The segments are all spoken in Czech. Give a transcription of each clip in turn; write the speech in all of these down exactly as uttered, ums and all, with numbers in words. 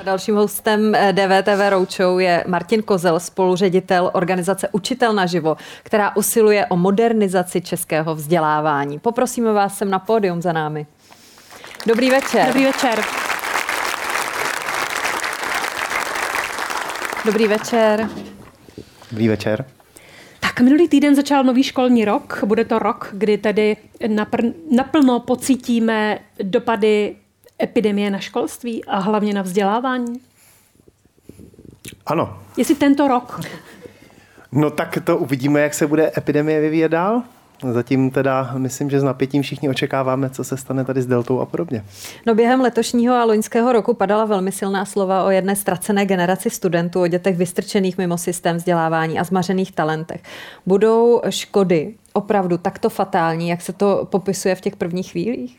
Dalším hostem D V T V Roadshow je Martin Kozel, spoluředitel organizace Učitel naživo, která usiluje o modernizaci českého vzdělávání. Poprosíme vás sem na pódium za námi. Dobrý večer. Dobrý večer. Dobrý večer. Dobrý večer. Tak minulý týden začal nový školní rok. Bude to rok, kdy tedy napr- naplno pocítíme dopady epidemie na školství a hlavně na vzdělávání. Ano. Jestli tento rok. No tak to uvidíme, jak se bude epidemie vyvíjet dál. Zatím teda myslím, že s napětím všichni očekáváme, co se stane tady s deltou a podobně. No během letošního a loňského roku padala velmi silná slova o jedné ztracené generaci studentů, o dětech vystrčených mimo systém vzdělávání a zmařených talentech. Budou škody opravdu takto fatální, jak se to popisuje v těch prvních chvílích?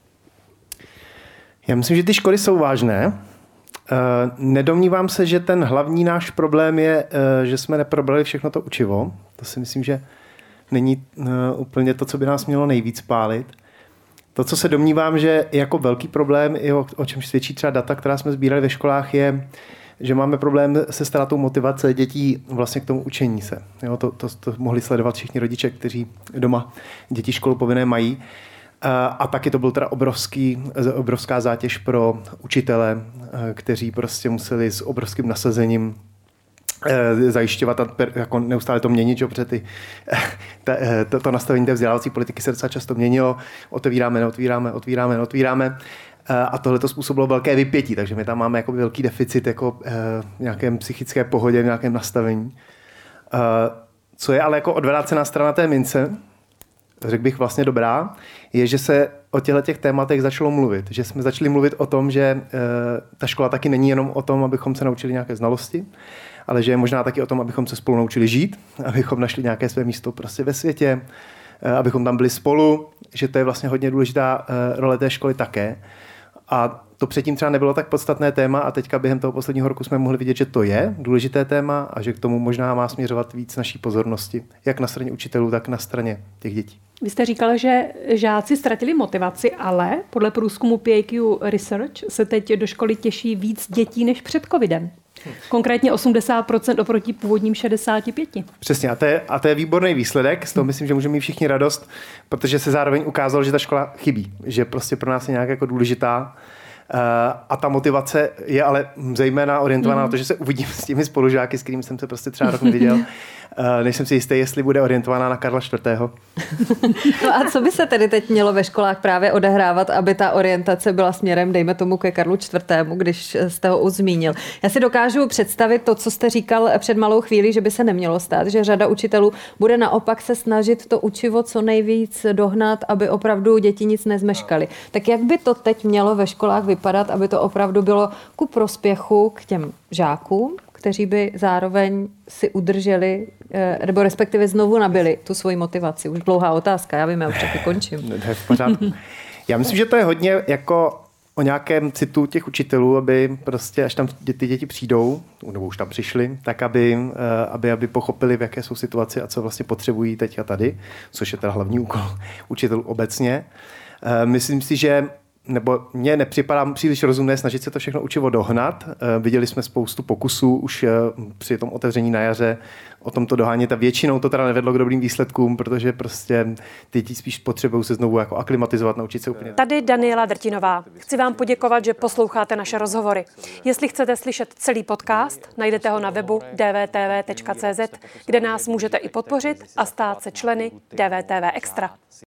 Já myslím, že ty škody jsou vážné. Nedomnívám se, že ten hlavní náš problém je, že jsme neprobrali všechno to učivo. To si myslím, že není úplně to, co by nás mělo nejvíc pálit. To, co se domnívám, že jako velký problém, i o, o čem svědčí třeba data, která jsme sbírali ve školách, je, že máme problém se ztrátou motivace dětí vlastně k tomu učení se. Jo, to, to, to mohli sledovat všichni rodiče, kteří doma děti školu povinné mají. A taky to byl teda obrovský, obrovská zátěž pro učitele, kteří prostě museli s obrovským nasazením zajišťovat a jako neustále to měnit, že? Protože ty, to, to nastavení té vzdělávací politiky se docela často měnilo. Otevíráme, neotvíráme, otvíráme, neotvíráme. A tohle to způsobilo velké vypětí, takže my tam máme jako velký deficit jako v nějakém psychické pohodě, v nějakém nastavení. Co je ale jako odvrácená strana té mince, řekl bych vlastně dobrá, je, že se o těchto těch tématech začalo mluvit. Že jsme začali mluvit o tom, že e, ta škola taky není jenom o tom, abychom se naučili nějaké znalosti, ale že je možná taky o tom, abychom se spolu naučili žít, abychom našli nějaké své místo prostě ve světě, e, abychom tam byli spolu, že to je vlastně hodně důležitá e, role té školy také. A to předtím třeba nebylo tak podstatné téma a teďka během toho posledního roku jsme mohli vidět, že to je důležité téma a že k tomu možná má směřovat víc naší pozornosti, jak na straně učitelů, tak na straně těch dětí. Vy jste říkal, že žáci ztratili motivaci, ale podle průzkumu P A Q Research se teď do školy těší víc dětí než před covidem. Konkrétně osmdesát procent oproti původním šedesát pět procent. Přesně, a to, je, a to je výborný výsledek, z toho myslím, že můžeme mít všichni radost, protože se zároveň ukázalo, že ta škola chybí, že prostě pro nás je nějak jako důležitá. A ta motivace je ale zejména orientovaná mm. na to, že se uvidím s těmi spolužáky, s kterými jsem se prostě třeba rok neviděl. Nejsem si jistý, jestli bude orientovaná na Karla čtvrtého. No a co by se tedy teď mělo ve školách právě odehrávat, aby ta orientace byla směrem, dejme tomu, ke Karlu čtvrtému, když jste ho už zmínil. Já si dokážu představit to, co jste říkal před malou chvílí, že by se nemělo stát, že řada učitelů bude naopak se snažit to učivo co nejvíc dohnat, aby opravdu děti nic nezmeškaly. Tak jak by to teď mělo ve školách vypadat, aby to opravdu bylo ku prospěchu k těm žákům, kteří by zároveň si udrželi, nebo respektive znovu nabili tu svoji motivaci. Už dlouhá otázka, já vím, já už taky končím. To je v pořádku. Já myslím, že to je hodně jako o nějakém citu těch učitelů, aby prostě, až tam ty děti přijdou, nebo už tam přišli, tak aby, aby, aby pochopili, v jaké jsou situaci a co vlastně potřebují teď a tady, což je teda hlavní úkol učitelů obecně. Myslím si, že nebo mně nepřipadá příliš rozumné snažit se to všechno učivo dohnat. Viděli jsme spoustu pokusů už při tom otevření na jaře o tomto dohánět a většinou to teda nevedlo k dobrým výsledkům, protože prostě ty děti spíš potřebují se znovu jako aklimatizovat, naučit se úplně. Tady Daniela Drtinová. Chci vám poděkovat, že posloucháte naše rozhovory. Jestli chcete slyšet celý podcast, najdete ho na webu d v t v tečka c z, kde nás můžete i podpořit a stát se členy D V T V Extra.